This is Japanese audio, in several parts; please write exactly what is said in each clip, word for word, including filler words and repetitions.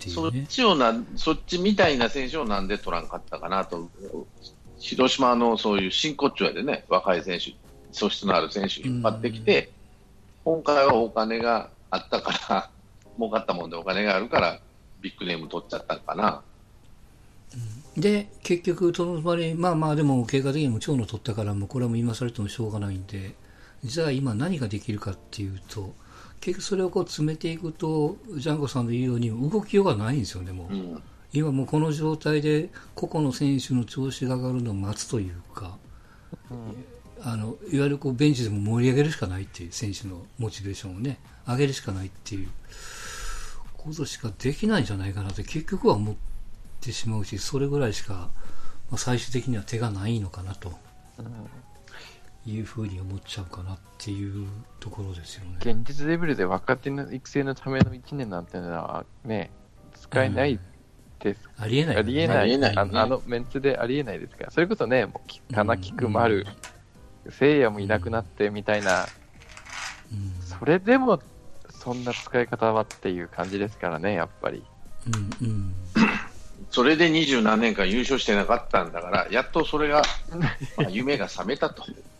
っていうそっね。 ちをな、そっちみたいな選手をなんで取らんかったかなと、広島のそういう真骨頂やでね、若い選手、素質のある選手引っ張ってきて、今回はお金があったから、儲かったもんでお金があるから、ビッグネーム取っちゃったのかな。 で、結局、その場に、まあまあでも、経過的にも長野取ったから、もうこれはもう今されてもしょうがないんで、じゃあ今何ができるかっていうと、結局それをこう詰めていくと、ジャンゴさんの言うように動きようがないんですよね、もう。うん、今もうこの状態で、個々の選手の調子が上がるのを待つというか、うん、あのいわゆるこうベンチでも盛り上げるしかないっていう、選手のモチベーションをね、上げるしかないっていうことしかできないんじゃないかなって結局は思ってしまうし、それぐらいしか、まあ、最終的には手がないのかなと、うん、いうふうに思っちゃうかなっていうところですよね。 現実レベルで若手の育成のためのいちねんなんてのはね、使えないです、 うん、ありえない、ね、 ありえない、 ありえない、ね、 あの、あのメンツでありえないですから、それこそね、もう金菊丸、聖夜もいなくなってみたいな、うん、それでもそんな使い方はっていう感じですからね、やっぱり。 うんうん、 それで二十何年間優勝してなかったんだから、やっとそれが、まあ、夢が覚めたと。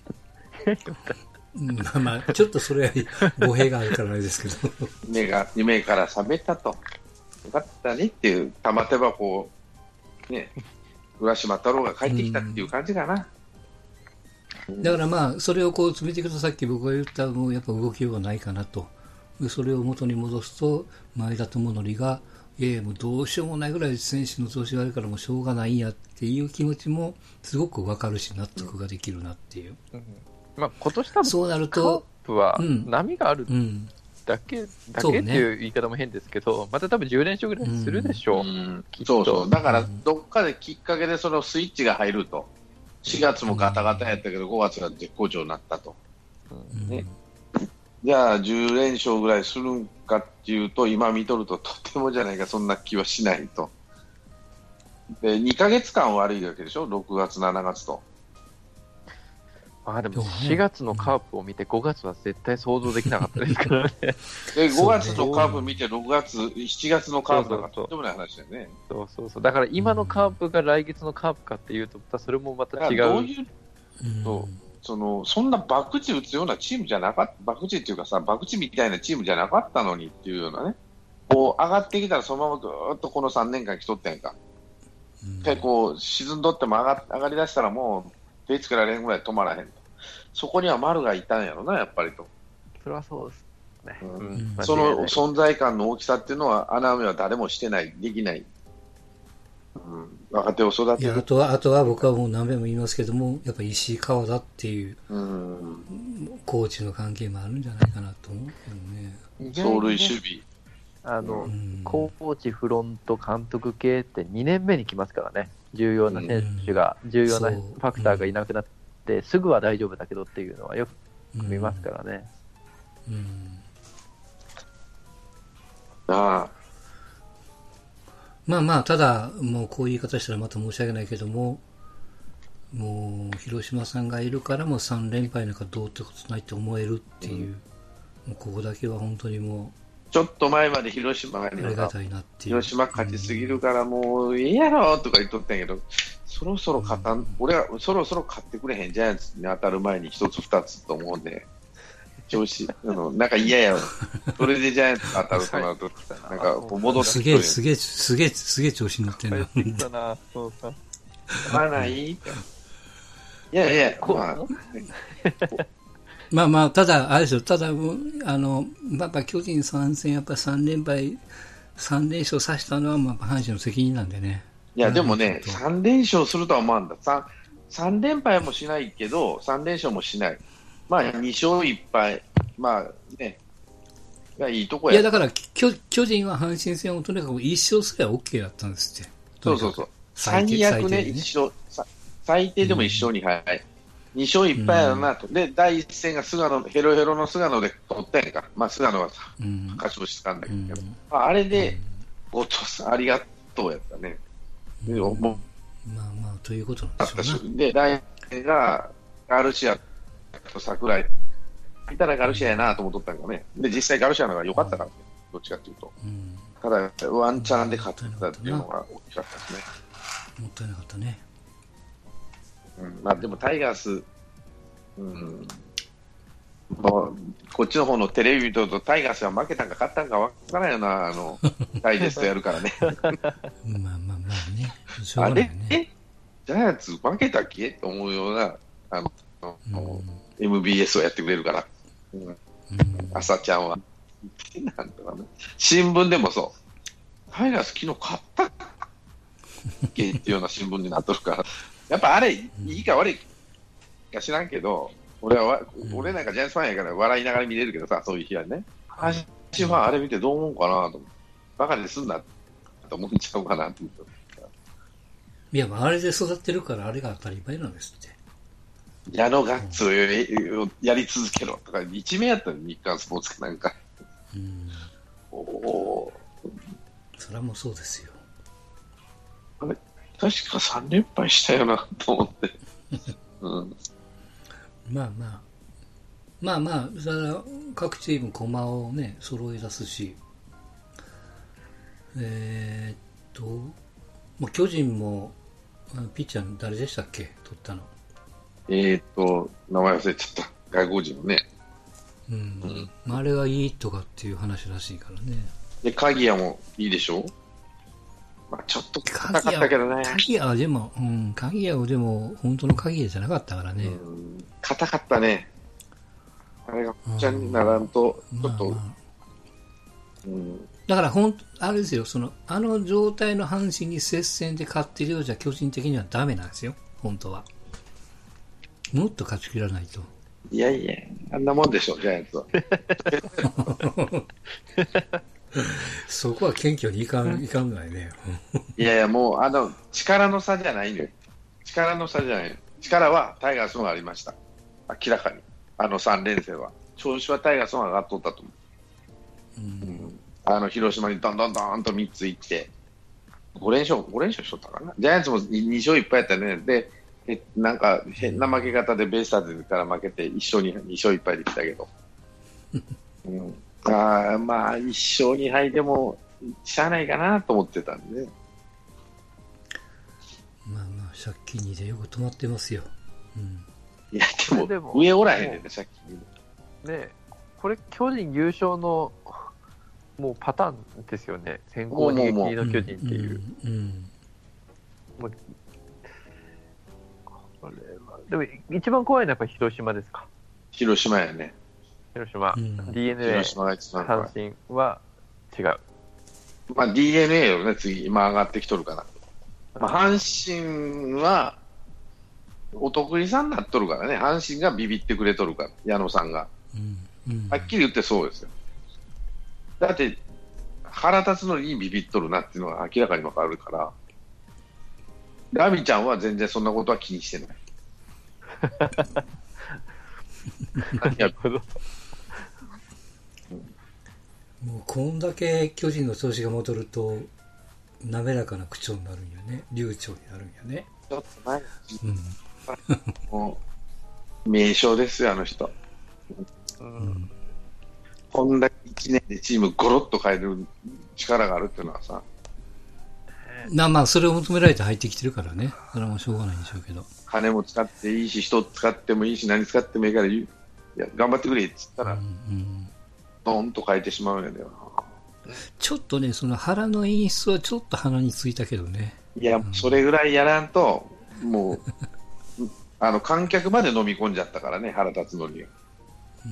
まあまあ、ちょっとそれは語弊があるからあれですけど。 夢が、夢から覚めたと。よかったねっていう、玉手箱、ね、浦島太郎が帰ってきたっていう感じかな。 うん、だからまあ、それをこう詰めていくと、さっき僕が言った、もうやっぱ動きようがないかなと。それを元に戻すと、前田智則が、いやいやもうどうしようもないぐらい選手の調子が悪いからもうしょうがないんやっていう気持ちもすごくわかるし納得ができるなっていう。 うんうん、まあ、今年多分そうなるとカープは波があるだけ、うん、だけっていう言い方も変ですけど、ね、また多分じゅう連勝ぐらいするでしょう。うんうん、 そうそう。だからどっかできっかけでそのスイッチが入ると。しがつもガタガタやったけどごがつが絶好調になったと。うんね、じゃあじゅう連勝ぐらいするんかっていうと今見とるととてもじゃないかそんな気はしないと。でにかげつかん悪いわけでしょ、ろくがつしちがつと。 まあでもしがつのカープを見てごがつは絶対想像できなかったですからね。 でごがつのカープ見てろくがつしちがつのカープなんかとってもない話だよね。 そうそうそう。だから今のカープが来月のカープかっていうとそれもまた違う。 どういう、そうそのそんな博打打つようなチームじゃなかった、博打っていうかさ、博打みたいなチームじゃなかったのにっていうようなね、こう上がってきたらそのままぐーっとこのさんねんかん来とったやんか、結構沈んどっても上が上がりだしたらもう手つけられんぐらい止まらへんと、そこには丸がいたんやろな、やっぱりと。 それはそうですね、うんうん、その存在感の大きさっていうのは穴埋めは誰もしてない、できない。うん、若手を育てる。 いや、あとは、あとは僕はもう何遍も言いますけども、やっぱり石井川田っていう、うん、コーチの関係もあるんじゃないかなと思うけどね。 走塁守備。 あの、うん、コーチ、フロント、監督系ってにねんめに来ますからね。重要な選手が、うん、重要なファクターがいなくなって、すぐは大丈夫だけどっていうのはよく見ますからね。うん。うん、 ああ。 まあまあ、ただ、もうこういう言い方したらまた申し訳ないけども、もう、広島さんがいるからもうさん連敗なんかどうってことないって思えるっていう、うん、もうここだけは本当にもう、ちょっと前まで広島が、 ありがたいなっていう。 広島勝ちすぎるからもう、いいやろとか言っとったんやけど、そろそろ勝たん、うん、俺はそろそろ勝ってくれへんジャイアンツに当たる前に一つ二つと思うんで、調子、あの、なんか嫌やろ。それでジャイアンツ当たるとなると、なんか戻ってすげえ、すげえ、すげえ、すげえ調子に乗ってんな。 だな、そうか。 まあないいやいや、まあ。 まあまあ、ただ、あれですよ、ただ、あの、やっぱ巨人さん戦、やっぱさん連敗、さん連勝させたのは、まあ、阪神の責任なんでね。 いや、でもね、さん連勝するとは思わんだ。さん、さん連敗もしないけど、さん連勝もしない。まあ、に勝いっ敗。まあね、がいいとこや。 いや、だから、巨人は阪神戦をとにかくいっ勝すれば OK だったんですって。 そうそうそう。最悪ね、いち勝、最低でもいっ勝に敗。に勝いっ敗やろなと。で、だいいち戦が菅野、ヘロヘロの菅野で取ったやんか。まあ、菅野はさ、勝ちしたんだけど、まあ、あれで、後藤さん、ありがとうやったね。 うん、もうまあまあ、ということなんでしょうね。 で、来年が、ガルシアと桜井。いたらガルシアやなと思っとったんだね。で、実際ガルシアの方が良かったからね。どっちかっていうと。うんただ、ワンチャンで勝ってたっていうのが大きかったですね。 もったいなかったね。 うん、まあでもタイガース、うん、もうこっちの方のテレビ見るとタイガースが負けたんか勝ったんかわからないよな、あのダイジェストやるからね。 まあまあまあね、しょうがあないよね。 れえジャイアンツ負けたっけと思うようなあの、うん、エムビーエス をやってくれるから、うんうん、朝ちゃんはなんとか、ね、新聞でもそうタイガース昨日勝ったっけっていうような新聞になっとるからやっぱあれいいか悪いか知らんけど俺は俺なんかジャイアンツファンやから笑いながら見れるけどさ、そういう日はね、阪神ファンあれ見てどう思うかなと思って、バカにすんなと思っちゃうかなと思って。 いや、あれで育ってるからあれが当たり前なんですって。 矢野ガッツをやり続けろとか一面やったの、日刊スポーツかなんか。うん、おお、 それはもうそうですよ。 あれ確かさん連敗したよなと思って、うん、 まあまあまあまあそれは各チーム駒をね揃え出すし、えー、っと、まあ、巨人もピッチャー誰でしたっけ取ったの。 えー、っと名前忘れちゃった、外国人のね、 うん、うん、あれがいいとかっていう話らしいからね。 で鍵谷もいいでしょう。まあ、ちょっと硬かったけどね。 鍵谷はでも、うん、鍵谷はでも本当の鍵谷じゃなかったからね。 硬かったね。あれがこっちゃにならんとちょっと、まあまあ、 うん、だからほんあれですよ、そのあの状態の阪神に接戦で勝ってるようじゃ巨人的にはダメなんですよ、本当は。もっと勝ち切らないと。 いやいや、あんなもんでしょ、ジャイアンツは。 そこは謙虚にいかん、いかんないね。 いやいや、もう、あの、力の差じゃないのよ。力の差じゃないの。力はタイガースの方がありました。明らかに。あのさん連戦は。調子はタイガースの方が上がっとったと思う。うん、あの、広島にどんどんどんとみっついって、ご連勝、ご連勝しとったかな。ジャイアンツもに勝いっぱいやったね。で、えなんか変な負け方でベイスターズから負けていっ勝に勝いっぱいできたけど。うんあまあ、いっ勝に敗でもしゃあないかなと思ってたんで、 まあまあ、借金にでよく止まってますよ。うん、 いや、でも、でも上おらへんねんね、借金に。 ねこれ、巨人優勝のもうパターンですよね、先行逃げの巨人っていう。もうこれはでも、一番怖いのはやっぱり広島ですか。 広島やね。 広島、うん、ディーエヌエー、阪神は違う。 まあ、ディーエヌエー よね、次、今上がってきとるかな。まあ、阪神は、お得意さんになっとるからね、阪神がビビってくれとるから、矢野さんが。うんうん、はっきり言ってそうですよ。だって、腹立つのにビビっとるなっていうのが明らかに分かるから、ラミちゃんは全然そんなことは気にしてない。 なるほど。 もうこんだけ巨人の調子が戻ると滑らかな口調になるんよね、流暢になるんよね。 ちょっと前、うん、もう名将ですよあの人、うん、こんだけいちねんでチームゴロッと変える力があるっていうのはさ、 まあまあそれを求められて入ってきてるからね、それはもうしょうがないんでしょうけど、 金も使っていいし人使ってもいいし何使ってもいいからいや頑張ってくれって言ったら、うんうんドンと変えてしまうんやだよな。 ちょっとね、その腹の演出はちょっと鼻についたけどね。 いや、うん、それぐらいやらんと、もう、あの観客まで飲み込んじゃったからね、腹立つのに。うん、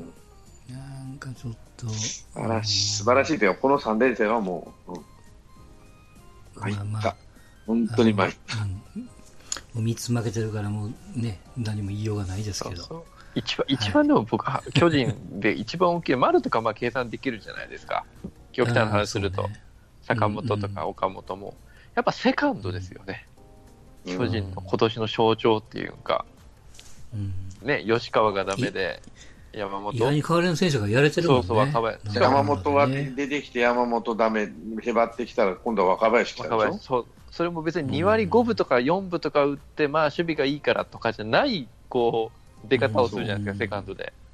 なんかちょっと。 素晴らしい、素晴らしいというか、このさん連戦はもう、うん、参った、まあまあ。本当に参った。うん、もうみっつ負けてるから、もうね、何も言いようがないですけど。そうそう一番, 一番でも僕は巨人で一番大きい丸とかまあ計算できるじゃないですか。極端な話すると、ね、坂本とか岡本も、うんうん、やっぱセカンドですよね、うん、巨人の今年の象徴っていうか、うん、ね、吉川がダメで山本意外に代わりの選手がやれてるもんね。 そうそう若林山本は出てきて山本ダメへばってきたら今度は若林来たでしょ。若林、 そうそれも別にに割ごぶとかよんぶとか打って、まあ守備がいいからとかじゃないこう出方をするじゃないですか、うん、セカンドで。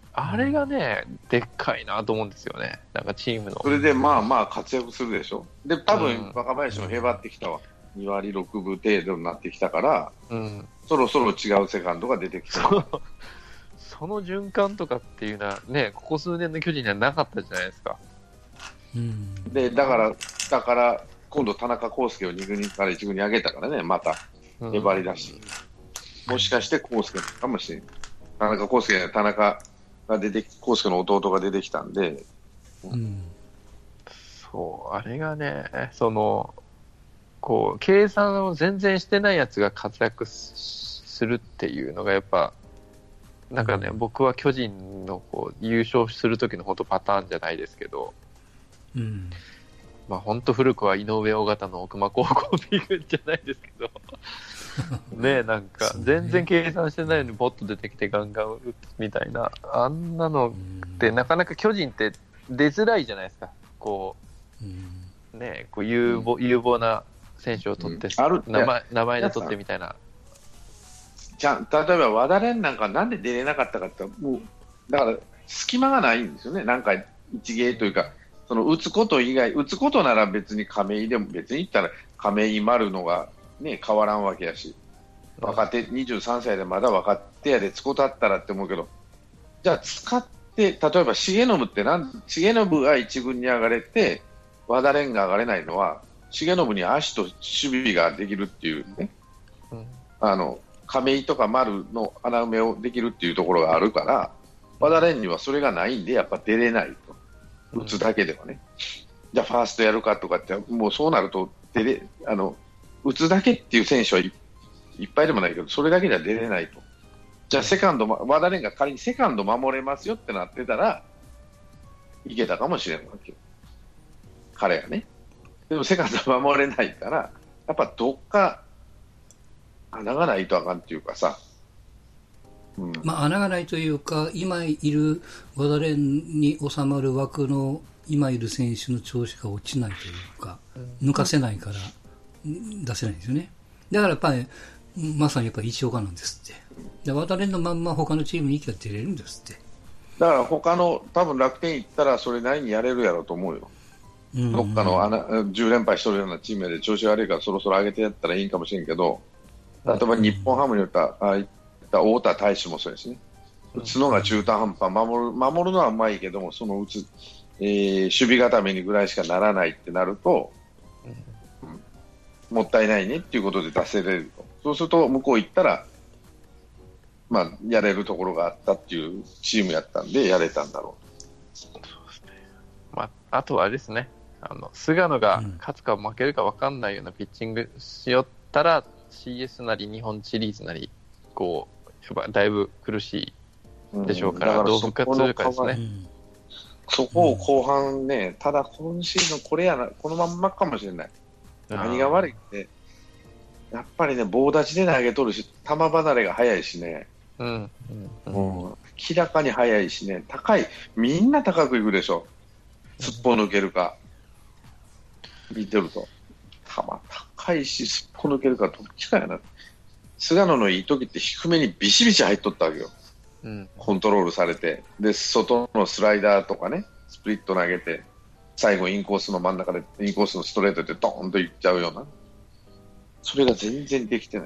あれがね、でっかいなと思うんですよね、なんかチームの。 それでまあまあ活躍するでしょ。で、多分若林もへばってきたわ。にわりろくぶ程度になってきたから、うん、そろそろ違うセカンドが出てきた。 そ, その循環とかっていうのはね、ここ数年の巨人にはなかったじゃないですか。 うん、でだから、だから今度、田中康介をに軍からいち軍に上げたからね、また粘り出し、うん、もしかして康介かもしれない。田中康介、田中が出て、康介の弟が出てきたんで、 うん、そう、あれがね、その、こう、計算を全然してないやつが活躍するっていうのが、やっぱ、なんかね、うん、僕は巨人のこう優勝する時の本当パターンじゃないですけど、うん、まあ本当古くは井上尾形の奥間高校っていうんじゃないですけど、ね、なんか全然計算してないのにポッと出てきてガンガン打つみたいな、あんなのってなかなか巨人って出づらいじゃないですか。こう、ね、こう有望、有望な選手を取って、うん、ある名前、名前で取ってみたいな。 じゃ例えば和田蓮なんかなんで出れなかったかってもうだから隙間がないんですよね。なんか一芸というか、その打つこと以外、打つことなら別に亀井でも別に言ったら亀井丸のが、ね、変わらんわけやし、若手にじゅうさんさいでまだ若手やで使ったったらって思うけど、じゃあ使って例えば重信ってなん重信が一軍に上がれて和田蓮が上がれないのは重信に足と守備ができるっていうね、うん、あの亀井とか丸の穴埋めをできるっていうところがあるから、和田蓮にはそれがないんでやっぱ出れないと。打つだけではね、じゃあファーストやるかとかって、もうそうなると出れあの打つだけっていう選手はい、いっぱいでもないけど、それだけでは出れないと。じゃあセカンド、和田蓮が仮にセカンド守れますよってなってたらいけたかもしれないわけよ、彼がね。でもセカンド守れないから、やっぱどっか穴がないとあかんっていうかさ、 うん、まあ、穴がないというか、今いる和田蓮に収まる枠の今いる選手の調子が落ちないというか、抜かせないから出せないんですよね。だからやっぱりまさにやっぱり一岡なんですって。で和田蓮のまんま他のチームに行きが出れるんですって。 だから他の多分楽天行ったらそれなりにやれるやろうと思うよ。うんうん、どっかの穴じゅう連敗しとるようなチームで調子悪いからそろそろ上げてやったらいいかもしれんけど、例えば日本ハムによったあ太田大志もそうですね。打つのが中途半端、守る、守るのはうまいけども、その打つ、えー、守備固めにぐらいしかならないってなると、うん、もったいないねっていうことで出せれると。そうすると向こう行ったら、まあ、やれるところがあったっていうチームやったんでやれたんだろう。 そうですね。まあ、あとはあれですね。あの菅野が勝つか負けるか分かんないようなピッチングしよったら、うん、シーエス なり日本シリーズなりこうやっぱだいぶ苦しいでしょうから、うん、どう復活するかですね。 そこを後半ね、ただ今シーズンこれやな、このまんまかもしれない。何が悪いって、やっぱりね、棒立ちで投げとるし、球離れが早いしね、うんうんうん、明らかに早いしね、高い、みんな高くいくでしょ、すっぽ抜けるか、見てると、球高いし、すっぽ抜けるか、どっちかやな。菅野のいい時って低めにビシビシ入っとったわけよ、うん、コントロールされて、で外のスライダーとかね、スプリット投げて、最後インコースの真ん中でインコースのストレートでドーンといっちゃうような、それが全然できてない。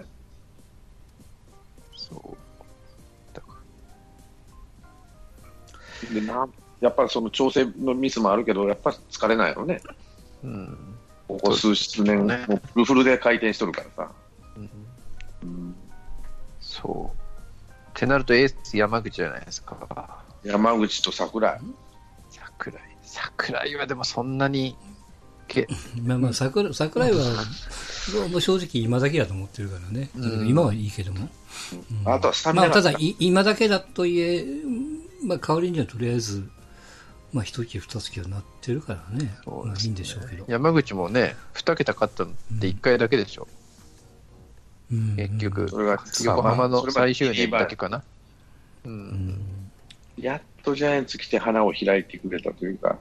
そうだからでな、やっぱりその調整のミスもあるけど、やっぱり疲れないよね、うん、ここ数年、ね、もうフルフルで回転しとるからさ、うんうん、そうってなるとエース山口じゃないですか。 山口と桜井桜井桜井はでもそんなにけまあまあ 桜, 桜井はもう正直今だけだと思ってるからね、うん、今はいいけども、 うん、あとはスタミナまあ、ただ今だけだといえ、まあ、代わりにはとりあえずまあ、一月二月はなってるからね、まあ、いいんでしょうけど、 山口もねに桁勝ったのっていっかいだけでしょ、うん、結局それが横浜の最終年だけかな、うんうん、 やっとジャイアンツ来て花を開いてくれたというか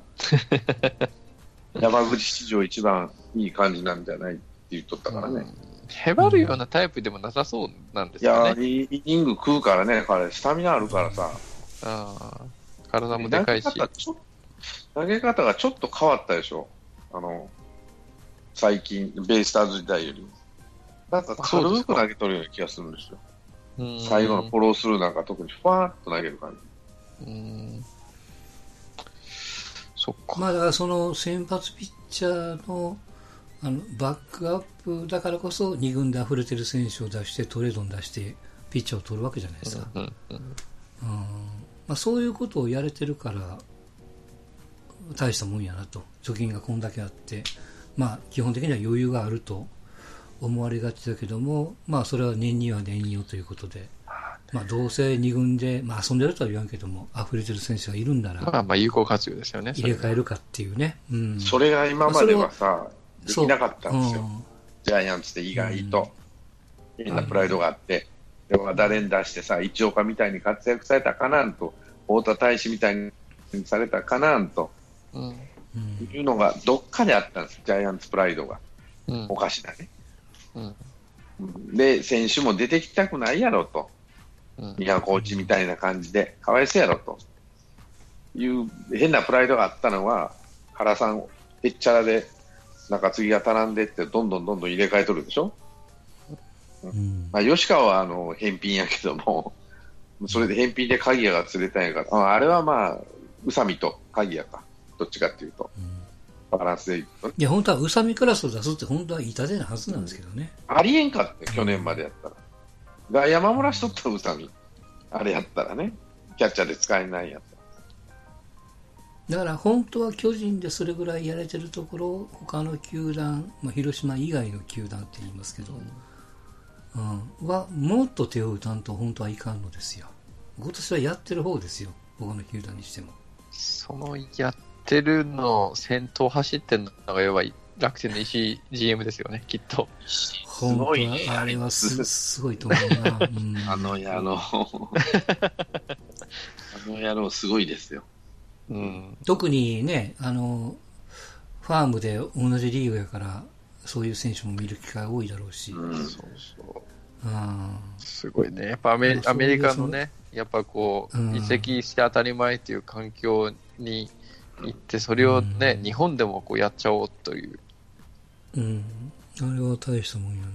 山口史上一番いい感じなんじゃないって言っとったからね、うん、 へばるようなタイプでもなさそうなんですよね。 いや、イニング食うからね、彼スタミナあるからさ、 あ体もでかいし。 投げ方ちょ投げ方がちょっと変わったでしょ。あの、最近、ベイスターズ時代よりも。なんか軽く投げ取るような気がするんですよ。最後のフォロースルーなんか特にふわーっと投げる感じ。うーん、 そっか。 まあだからその先発ピッチャーのあのバックアップだからこそに軍で溢れてる選手を出してトレードに出してピッチャーを取るわけじゃないですか。うんうんうん、まあ、そういうことをやれてるから大したもんやなと。貯金がこんだけあって、まあ基本的には余裕があると思われがちだけども、まあそれは年には年用ということで、まあどうせに軍で、まあ遊んでるとは言わんけども、溢れてる選手がいるんなら、 まあまあ有効活用ですよね。 入れ替えるかっていうね。うん、 それが今まではさ、できなかったんですよ。うん、ジャイアンツって意外と、みんなプライドがあって、でも誰に出してさ、一岡みたいに活躍されたかなんと、太田大使みたいにされたかなんと、うん、いうのがどっかであったんです、ジャイアンツプライドが。うん、おかしなね。うん、で、選手も出てきたくないやろと。いや、コーチみたいな感じで、かわいそうやろという変なプライドがあったのは、原さん、へっちゃらで中継ぎが足らんでって、どんどんどんどん入れ替えとるでしょ。うんまあ、吉川はあの返品やけども、それで返品で鍵谷が釣れたんやから、あ, あれはまあ、宇佐美と鍵谷か、どっちかっていうと、うん、バランスでいくと。 いや、本当は宇佐美クラスを出すって、本当は痛手なはずなんですけどね。 うん、ありえんかって、去年までやったら。外野守らしとった宇佐美、あれやったらね、キャッチャーで使えないやつ。 だから本当は巨人でそれぐらいやれてるところ、他の球団、まあ、広島以外の球団って言いますけど、うんうん、はもっと手を打たんと本当はいかんのですよ。今年はやってる方ですよ、他の球団にしても。 そのやってるの先頭走ってるのがやばい楽天の石井 ジーエム ですよね、きっと。 すごい、ね、あれは す, すごいと思うな。うん、 あの野郎、あの野郎すごいですよ。 うん、特にね、あのファームで同じリーグやからそういう選手も見る機会多いだろうし、うん、そうそう、うん、 すごいね。やっぱアメリ、アメリカのね、やっぱこう、うん、移籍して当たり前っていう環境に行ってそれをね、うん、日本でもこうやっちゃおうという、 うん、あれは大したもんやな。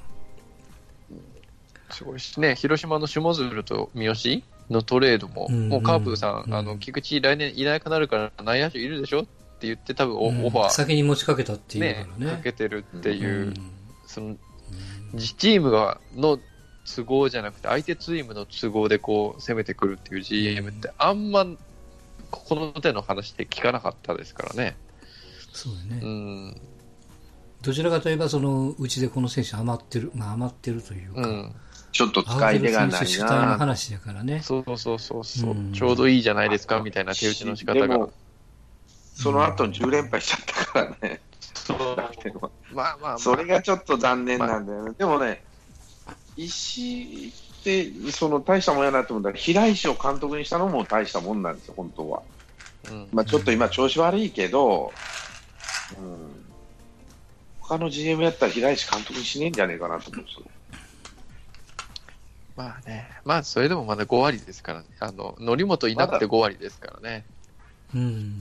すごいしね。広島の下鶴と三好のトレードも、うん、もうカープさん、うん、あの菊池来年いなくなるから内野手いるでしょって言って多分オ,、うん、オファー先に持ちかけたっていうからね、 かけてるっていう、うん、その自チームがの都合じゃなくて相手チームの都合でこう攻めてくるっていう ジーエム ってあんまこの手の話で聞かなかったですからね。 そうだね、うん、どちらかといえばそのうちでこの選手余ってる、まあ、余ってるというか、うん、 ちょっと使い手がないな。 主体の話だからね。 そうそうそうそう、うん、ちょうどいいじゃないですかみたいな手打ちの仕方が。でもその後じゅう連敗しちゃったからね。そうまあまあ、まあ、それがちょっと残念なんだよね。まあ、でもね、石井ってその大したもんやなと思ったら平石を監督にしたのも大したもんなんですよ本当は。うん、まあちょっと今調子悪いけど、うん、他の ジーエム やったら平石監督にしねえんじゃねえかなと思うんですよ。 まあね、まあそれでもまだご割ですからね。あの則本いなくてご割ですからね。 うん。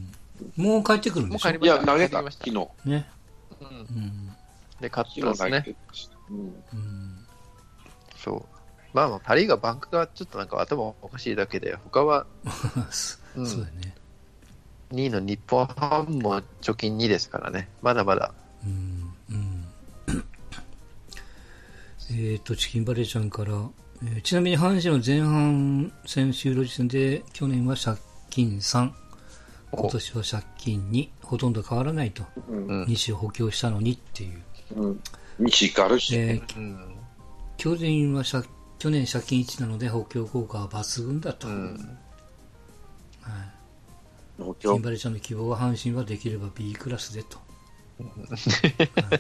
もう帰ってくるんでしょ。 いや投げた昨日。 ね。 うん。うん、で勝ったんですね。うん。うん、そう。まあまあパリーがバンクがちょっとなんか頭おかしいだけで他は、 うん、そうだね。 にいの日本ハムも貯金にですからね。まだまだ。うんうん。 えっとチキンバレーちゃんから。えー、ちなみに阪神は前半戦終了時点で去年は借金さん、今年は借金に、ほとんど変わらないと、うん、西を補強したのにっていう、 うん、西があるし、えーうん、巨人は借去年借金いちなので補強効果は抜群だと、うんはい、チキンバレーちゃんの希望は阪神はできれば B クラスでと、はい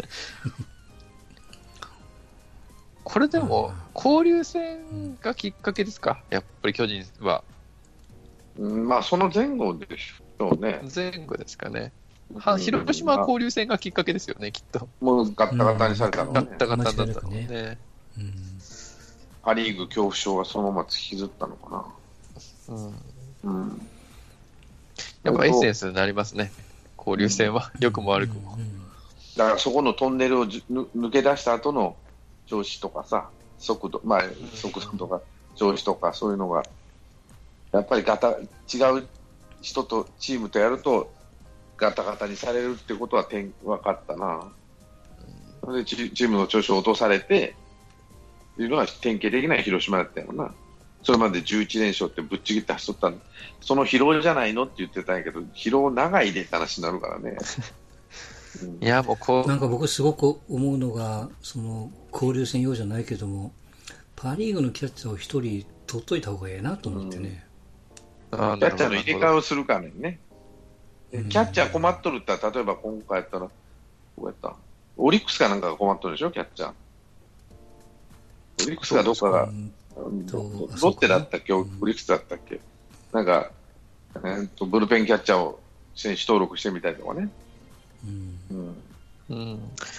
これでも交流戦がきっかけですか、やっぱり巨人は。 うん、まあその前後でしょうね。 前後ですかね。は広島は交流戦がきっかけですよね、きっと。 もうガッタガタにされたのね。 ガッタガタだったのね。 うん、パ・リーグ恐怖症がそのまま引きずったのかな。 うんうん、やっぱエッセンスになりますね、交流戦は、良くも悪くも。 だからそこのトンネルを抜け出した後の調子とかさ、速度、まあ、速度とか調子とか、そういうのが、やっぱりガタ違う人とチームとやると、ガタガタにされるってことは分かったな。でチームの調子を落とされて、いうのが典型的な広島だったよな。それまでじゅういち連勝ってぶっちぎって走っとったの、その疲労じゃないのって言ってたんやけど、疲労長いでって話になるからね。 うん、いやもうこうなんか僕すごく思うのが、その交流戦用じゃないけども、パ・リーグのキャッチャーを一人取っといた方がええなと思ってね。 うん、キャッチャーの入れ替えをするからね。キャッチャー困っとるって言ったら、例えば今回やったら、どうやったオリックスかなんかが困っとるでしょ、キャッチャー。オリックスがどっかが、ロッテだったっけ、オリックスだったっけ、なんか、えー、とブルペンキャッチャーを選手登録してみたりとかね。うんうん、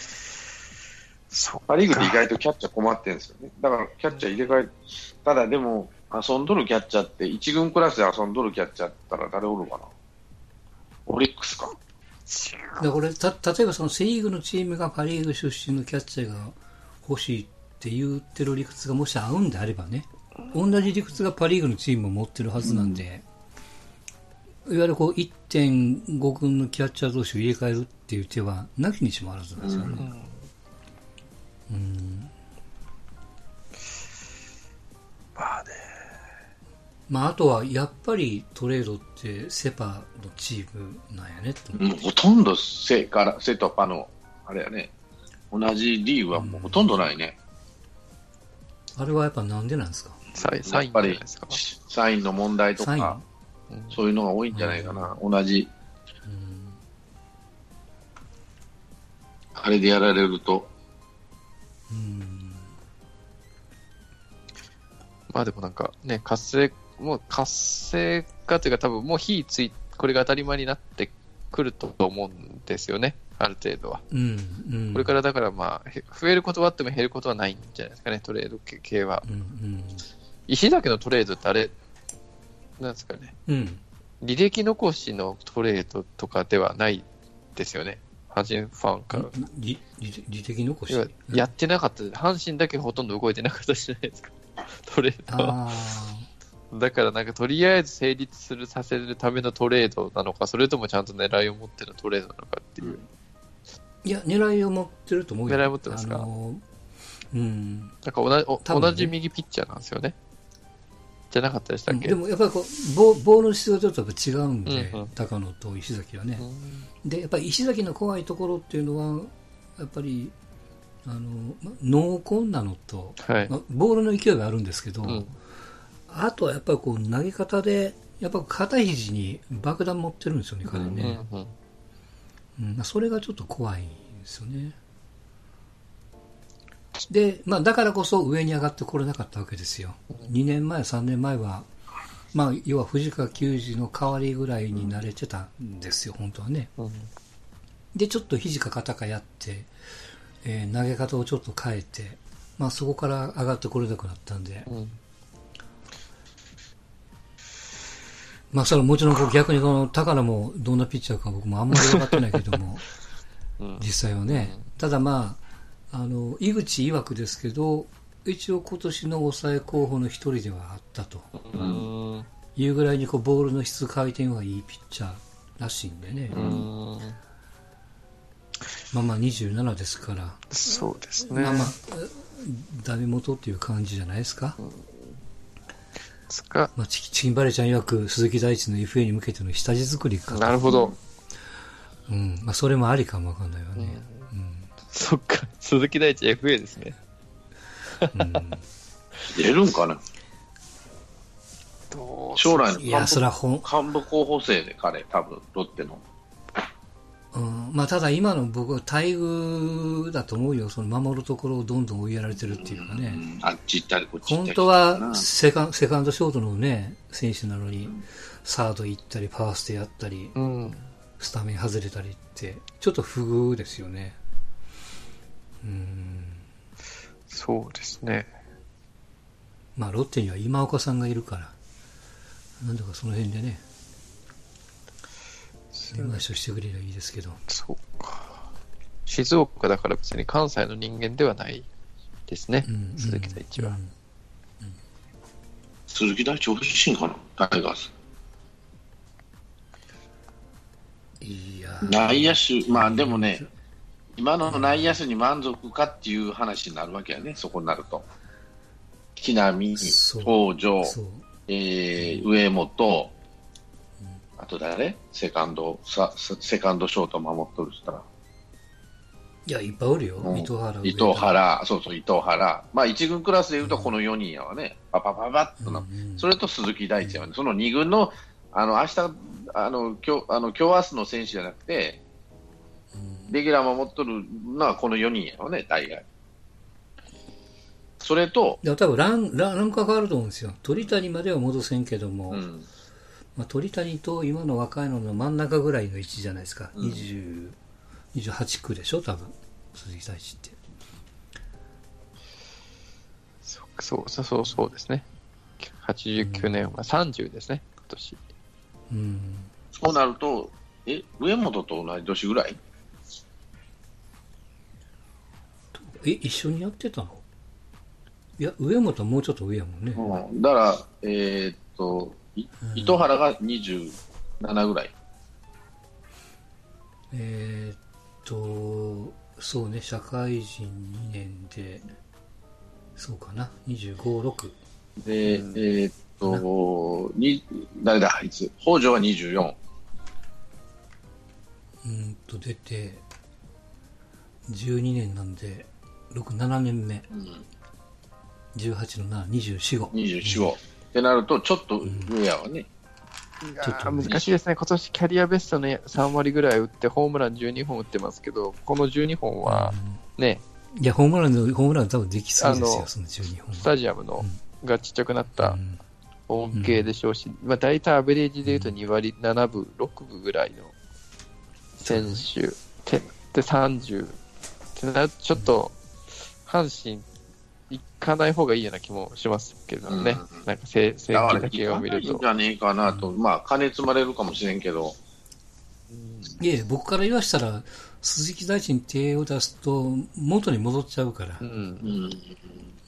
パ・リーグって意外とキャッチャー困ってるんですよね。だからキャッチャー入れ替え、ただでも、遊んどるキャッチャーって、一軍クラスで遊んどるキャッチャーって言ったら誰おるかな。オリックスか。 だこれた例えばそのセ・リーグのチームがパ・リーグ出身のキャッチャーが欲しいって言ってる理屈がもし合うんであればね、同じ理屈がパ・リーグのチームも持ってるはずなんで、うん、いわゆるこう いってんご 軍のキャッチャー同士を入れ替えるっていう手はなきにしもあらずなんですよね。うん、うん、 まあね、 まあ、あとはやっぱりトレードってセパのチームなんやねと思って、 うん、ほとんどセからセとパのあれやね、同じリーグはもうほとんどないね。 うん、あれはやっぱなんでなんですか。 サインじゃないですか。 サインの問題とか、うん、そういうのが多いんじゃないかな。うん、同じ、うん、あれでやられると。 うん、まあでもなんかね、活性もう活性化というか、多分もう火ついこれが当たり前になってくると思うんですよね、ある程度は。うんうん、これからだからまあ増えることはあっても減ることはないんじゃないですかね、トレード系は。うんうん、石崎のトレードってあれなんですかね、うん、履歴残しのトレードとかではないですよね、阪神ファンから。 履歴残しやってなかった、阪神だけほとんど動いてなかったじゃないですか、トレードは。だからなんかとりあえず成立するさせるためのトレードなのか、それともちゃんと狙いを持ってのトレードなのかっていう。 いや狙いを持ってると思うよ。 狙いを持ってますか。あのー、うん。なんか同じ、ね、同じ右ピッチャーなんですよね。じゃなかったでしたっけ。 でもやっぱりこう ボ, ボールの質がちょっとやっぱ違うんで、うんうん、高野と石崎はね。うん、でやっぱり石崎の怖いところっていうのはやっぱりあの濃厚なのと、はい、まあ、ボールの勢いがあるんですけど。うん、あとはやっぱりこう投げ方でやっぱ肩肘に爆弾持ってるんですよね、彼ね。うんうんうん、それがちょっと怖いんですよね。で、まあ、だからこそ上に上がってこれなかったわけですよ。にねんまえさんねんまえは、まあ、要は藤川球児の代わりぐらいに慣れてたんですよ、本当はね。うん、でちょっと肘か肩かやって、えー、投げ方をちょっと変えて、まあ、そこから上がってこれなくなったんで、うん、まあ、それはもちろん逆にこの高野もどんなピッチャーか僕もあんまり分かってないけども、うん、実際はね、うん、ただまあ、あの井口曰くですけど一応今年の抑え候補の一人ではあったと、うん、いうぐらいにこうボールの質回転はいいピッチャーらしいんでね、うん、まあまあにじゅうななですから、 そうですね、 まあまあダメ元っていう感じじゃないですか。うん、まあ、チキンバレーちゃん曰く鈴木大地の エフエー に向けての下地作りか。 なるほど。 うん、まあそれもありかもわかんないわね。うん。うん、 そっか、鈴木大地 エフエー ですね。 うん。出るんかな。将来の幹部、いやそらほん幹部候補生で彼多分ロッテの。 うん、まあただ今の僕は待遇だと思うよ。その守るところをどんどん追いやられてるっていうかね。うん、 あっち行ったりこっち行ったり。 本当はセカンセカンドショートのね選手なのに、うん、サード行ったりファーストやったり、うん、スタメン外れたりってちょっと不遇ですよね。うん。 そうですね。 まあロッテには今岡さんがいるから、 なんとかその辺でね連回ししてくれればいいですけど。 そうか。静岡だから別に関西の人間ではないですね、うん、鈴木大地は、うんうん、 鈴木大地欲しいんかな、タイガース。 いや内野手、まあでもね、今の内野手に満足かっていう話になるわけやね、そこになると。木浪、東條、えー、上本、うん、あと誰セカンド、セカンドショート守っとるしたら。 いや、いっぱいおるよ。 うん、 伊藤原。 伊藤原、そうそう、伊藤原。まあ、一軍クラスでいうとこのよにんやわね。パパパパッとな、うんうん。それと鈴木大地やわね。そのに軍の、あの、明日、あの、今日、あの、今日明日の選手じゃなくて、うん、レギュラー守っとるのはこのよにんやわね、大概。それと、 いや、多分ラン、ラン、ランクが変わると思うんですよ。鳥谷までは戻せんけども、うん、まあ、鳥谷と今の若いのの真ん中ぐらいの位置じゃないですか。うん、にじゅう、にじゅうはち区でしょ、多分鈴木大地って。 そうそうそうそうですね。はちじゅうきゅうねんはさんじゅうですね、今年。 うん。 そうなると、え、上本と同じ年ぐらい？ え、一緒にやってたの？いや、上本はもうちょっと上やもんね。 うん、だから、えー、っと、糸原がにじゅうななぐらい。 えー、っと、そうね、社会人にねんで、そうかな、にじゅうご、ろく。 で、うん、えー、っと、に、誰だ、あいつ、北条はにじゅうよん。 うんと、出て、じゅうにねんなんで、ろく、ななねんめ。うん、じゅうはちのなな、にじゅうよん、ご。 にじゅうよん、ご。ってなると、ちょっと上やわね。 うん、ちょっと難しいですね。今年キャリアベストねさん割ぐらい打ってホームランじゅうにほん打ってますけど、このじゅうにほんはね、 うん、いやホームランのホームラン多分できそうですよ。そのじゅうにほん。 スタジアムの、うん、がちっちゃくなった恩恵でしょうし、うん、まあ大体アベレージでいうとに割ななぶろくぶぐらいの選手ってでさんじゅうってなるとちょっと阪神行かない方がいいような気もしますけどね、うん、なんか成績だけを見ると。 いいんじゃねえかなと、うん、まあ、金積まれるかもしれんけど。 いえ、僕から言わしたら、鈴木大地に手を出すと、元に戻っちゃうから。うんうんうん、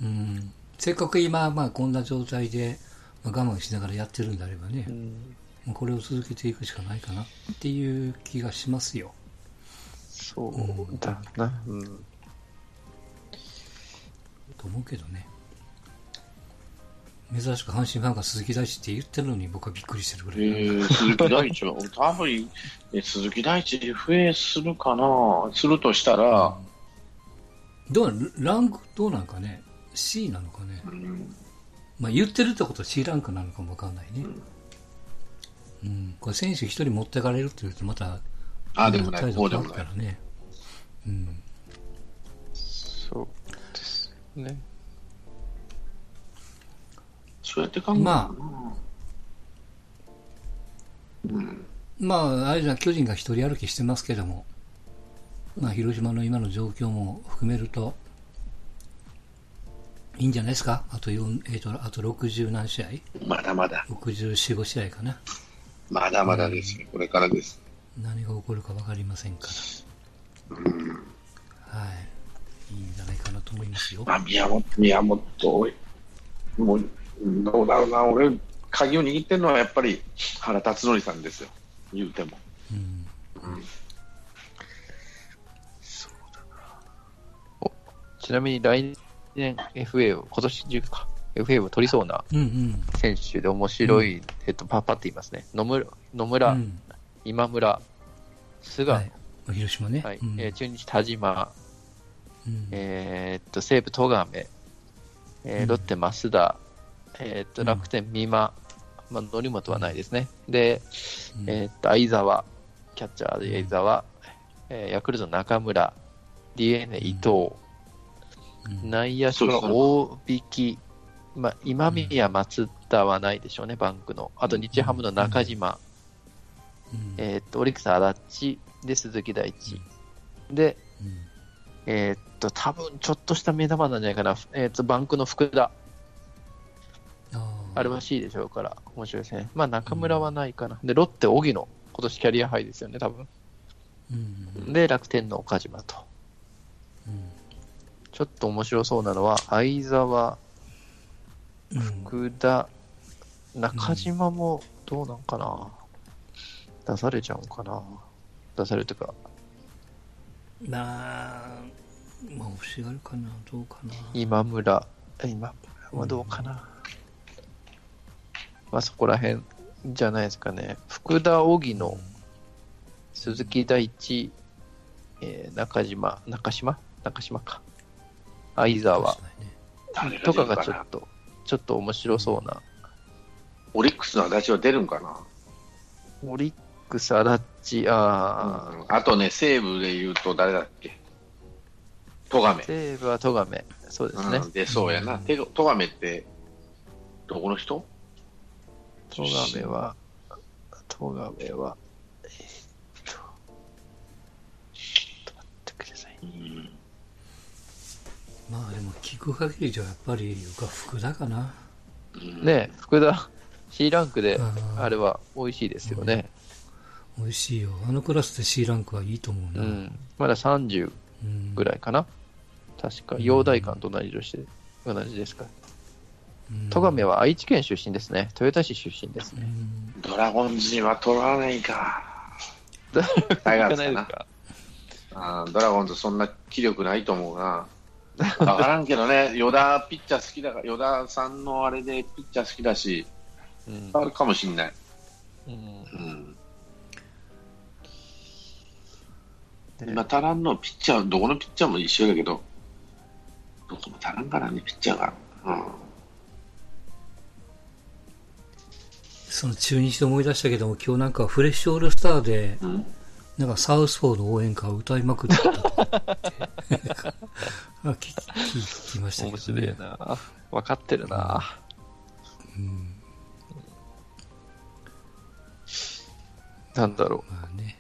せっかく今、まあ、こんな状態で、まあ、我慢しながらやってるんであればね、うん、これを続けていくしかないかなっていう気がしますよ。 そうだな。うん。 と思うけどね。珍しく阪神ファンが鈴木大地って言ってるのに僕はびっくりしてるぐらい、 えー、鈴木大地は多分え鈴木大地増えするかな、するとしたら、 うん、どうランクどうなんかね、 C なのかね、うん、まあ言ってるってことは C ランクなのかもわかんないね、うんうん、これ選手一人持ってかれるって言うとまたあでもないこうでもないからね、うん、 そうですね。 そうやって考えるまあ、うん、まあ、あれじゃ巨人が一人歩きしてますけども、まあ、広島の今の状況も含めると、いいんじゃないですか。あとよん、えーと、あとろくじゅう何試合まだまだ。 ろくじゅうよん、ご試合かな。 まだまだですよ、うん、これからです。 何が起こるか分かりませんから。うん、はい。いいんじゃないかなと思いますよ。 まあ、宮本、宮本、もう、どうだろうな、俺、鍵を握ってるのはやっぱり原辰徳さんですよ、言うても。うんうん、 そうだな。おちなみに来年 エフエー を、今年中か、エフエー を取りそうな選手で面白い、うんうん、えっと、パッパって言いますね。野村、野村、うん、今村、菅野、はい、 広島ね。 はいうん、えー、中日田島、うん、えー、っと、西武戸亀、えー、ロッテ増田、えー、と楽天、美馬、まあ、則本はないですね。で、うん、えー、と相澤、キャッチャーで相澤、うんえー、ヤクルト中村、ディーエヌエー 伊藤、うん、内野手は大引、まあ、今宮、松田はないでしょうね、バンクの。あと日ハムの中島、うんえー、とオリックス、足立で鈴木大地。で、えー、と多分ちょっとした目玉なんじゃないかな、えー、とバンクの福田。 あれは C でしょうから、面白いですね。まあ中村はないかな。で、ロッテ、荻野、今年キャリアハイですよね、多分。うん、で、楽天の岡島と。うん、ちょっと面白そうなのは、相澤、福田、うん、中島もどうなんかな。出されちゃうんかな。出されるというか。 まあ、まあ、欲しがるかな、どうかな。 今村、今村はどうかな。うん、まあそこら辺じゃないですかね。福田、荻野、うん、鈴木大地、えー、中島、中島中島か。相澤、ね、とかがちょっと、ちょっと面白そうな。 オリックスの足立は出るんかな。 オリックス、足立、あ、 うん、あとね、西武で言うと誰だっけ、戸亀。 西武は戸亀、そうですね。 うん、で、そうやな。戸亀って、どこの人？ 戸亀は、戸亀は、えー、っと、ちょっと待ってください。うん、 まあでも聞く限りじゃやっぱり福田かな。 ねえ、福田 C ランクであれは美味しいですよね。 うん、美味しいよ。あのクラスで C ランクはいいと思うな。うん、 まださんじゅうぐらいかな。うん、確か陽大館と同じ年で、同じですか。戸亀は愛知県出身ですね。豊田市出身ですね。 ドラゴンズには取らないか。タイガースかな。あ、ドラゴンズそんな気力ないと思うな。わからんけどね、与田ピッチャー好きだから、与田さんのあれでピッチャー好きだし、うん、あるかもしんない。うんうん、今、足らんのピッチャー、どこのピッチャーも一緒だけど、どこも足らんからね、ピッチャーが。うん、 その中日で思い出したけども、今日なんかフレッシュオールスターで、うん、なんかサウスポーの応援歌を歌いまくってたって聞, 聞きましたけど、ね、 面白いな。分かってるな。うんうん、なんだろう。まあね、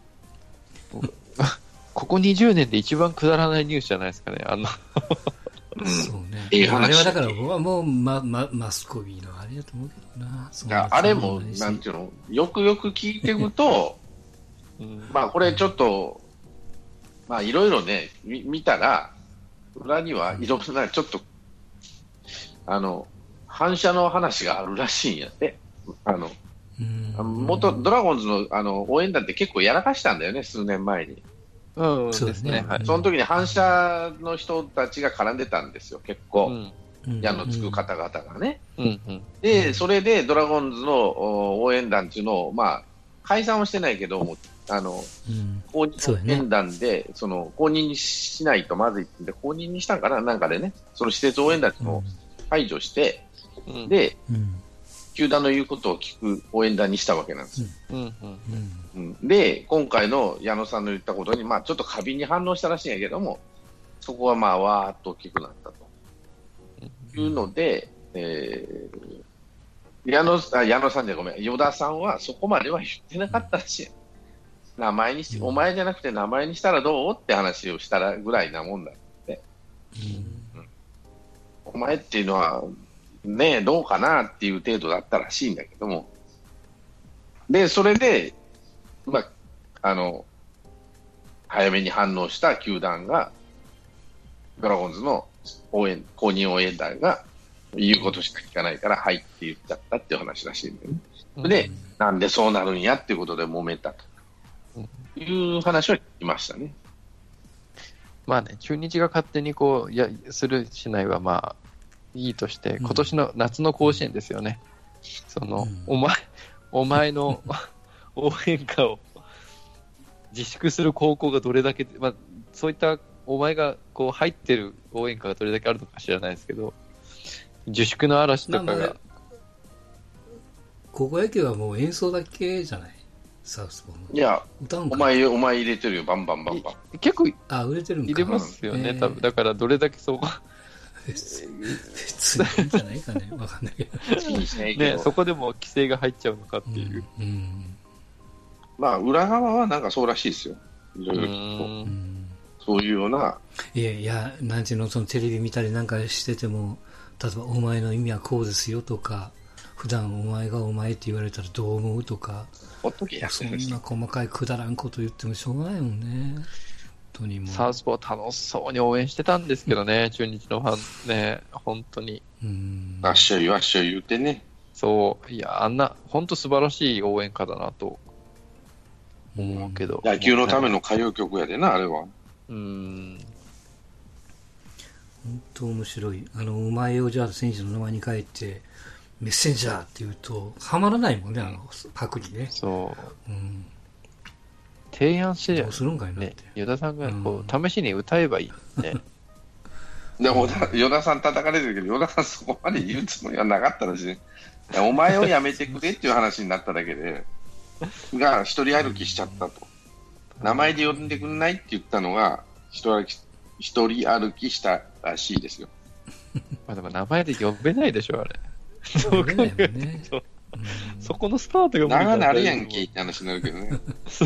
ここにじゅうねんで一番くだらないニュースじゃないですかね。あのそうね。いやあれはだから僕はもう、まま、マスコミのあれだと思うけどな。 そあれもなんていうの、よくよく聞いていくと、うん、まあこれちょっとまあいろいろね見たら裏にはいろんなちょっとあの反射の話があるらしいんやって。あの元ドラゴンズ の, あの応援団って結構やらかしたんだよね、数年前に。 うん、そうですね。 はい、その時に反射の人たちが絡んでたんですよ、結構、うん、矢のつく方々がね。うんうん、でそれでドラゴンズの応援団っていうのを、まあ、解散はしてないけども、あの、うん、公認団で、その公認にしないとまずいって、公認にしたんかな、なんかでね、その施設応援団っていうのを排除して、うん、で、うん球団の言うことを聞く応援団にしたわけなんですよ。うんうんうん、で、今回の矢野さんの言ったことに、まあ、ちょっと過敏に反応したらしいんやけども、そこはまあわーっと大きくなったというので、えー、矢野あ矢野さんじゃごめん、与田さんはそこまでは言ってなかったらしい。名前にし、お前じゃなくて名前にしたらどうって話をしたらぐらいなもんだって。うんうん、お前っていうのは、ねえどうかなっていう程度だったらしいんだけども、でそれで、まあ、あの早めに反応した球団がドラゴンズの応援公認応援団が言うことしか聞かないからはいって言っちゃったっていう話らしいんだよね。うん、でなんでそうなるんやっていうことで揉めたという話を聞きましたね。 まあね、中日が勝手にこうやするしないはまあいいとして、今年の夏の甲子園ですよね。うん、その、うん、お前、お前の応援歌を自粛する高校がどれだけ、まあ、そういったお前がこう入ってる応援歌がどれだけあるのか知らないですけど、自粛の嵐とかが。まあまあ、 高校野球はもう演奏だけじゃないサウスポーの。 いや、お前、お前入れてるよ、バンバンバンバン。 結構、 あ、売れてるんか。 入れますよね、えー、多分。だからどれだけそう。 別にいいんじゃないかね、わかんないけどね、そこでも規制が入っちゃうのかっていう、うんうん、 まあ裏側はなんかそうらしいですよ、いろいろ聞くと、うん、そういうような、 いやいや、なんていうの、そのテレビ見たりなんかしてても、例えばお前の意味はこうですよとか、 普段お前がお前って言われたらどう思うとか、 ほっとけや。 そんな細かいくだらんこと言ってもしょうがないもんね。本当にもう。 サウスポー楽しそうに応援してたんですけどね、中日のファンね、本当に。 うん。 わっしょいわっしょい言うてね。 そう、いや、あんな、本当素晴らしい応援歌だなと思うけど。 野球のための歌謡曲やでな、あれは。 うん。 本当面白い。あの、お前をじゃあ選手の名前に変えて、メッセンジャーって言うと、はまらないもんね、あの、パクにね。 そう。 うん。 提案してどうするんかいなって。 ね、与田さんがこう、うん、試しに歌えばいいね。 でも、与田さん叩かれてるけど、与田さんそこまで言うつもりはなかったらしいね。お前をやめてくれっていう話になっただけで、が一人歩きしちゃったと。名前で呼んでくんないって言ったのが、一人歩き、一人歩きしたらしいですよ。 まあでも名前で呼べないでしょ、あれ。 呼べないもんね。 そこのスタートが無理長なるやんけって話になるけどね。そう。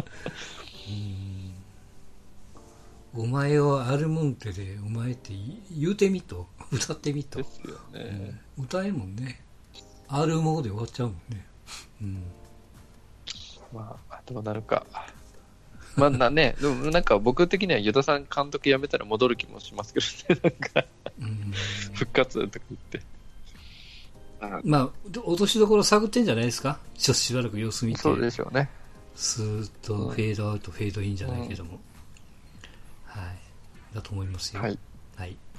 お前をアルモンテでお前って言うてみと、歌ってみと。 ですよね。 うん、歌えもんね。アルモで終わっちゃうもんね。うん。 まあ、どうなるか。まあなね、でもなんか僕的には与田さん監督辞めたら戻る気もしますけどね、なんか、うん、復活とか言って。 まあ、落としどころ探ってんじゃないですか。ちょっとしばらく様子見て。 そうでしょうね。 スーッとフェードアウト、うん、フェードインじゃないけども。うん、はい。だと思いますよ。 はい。 はい。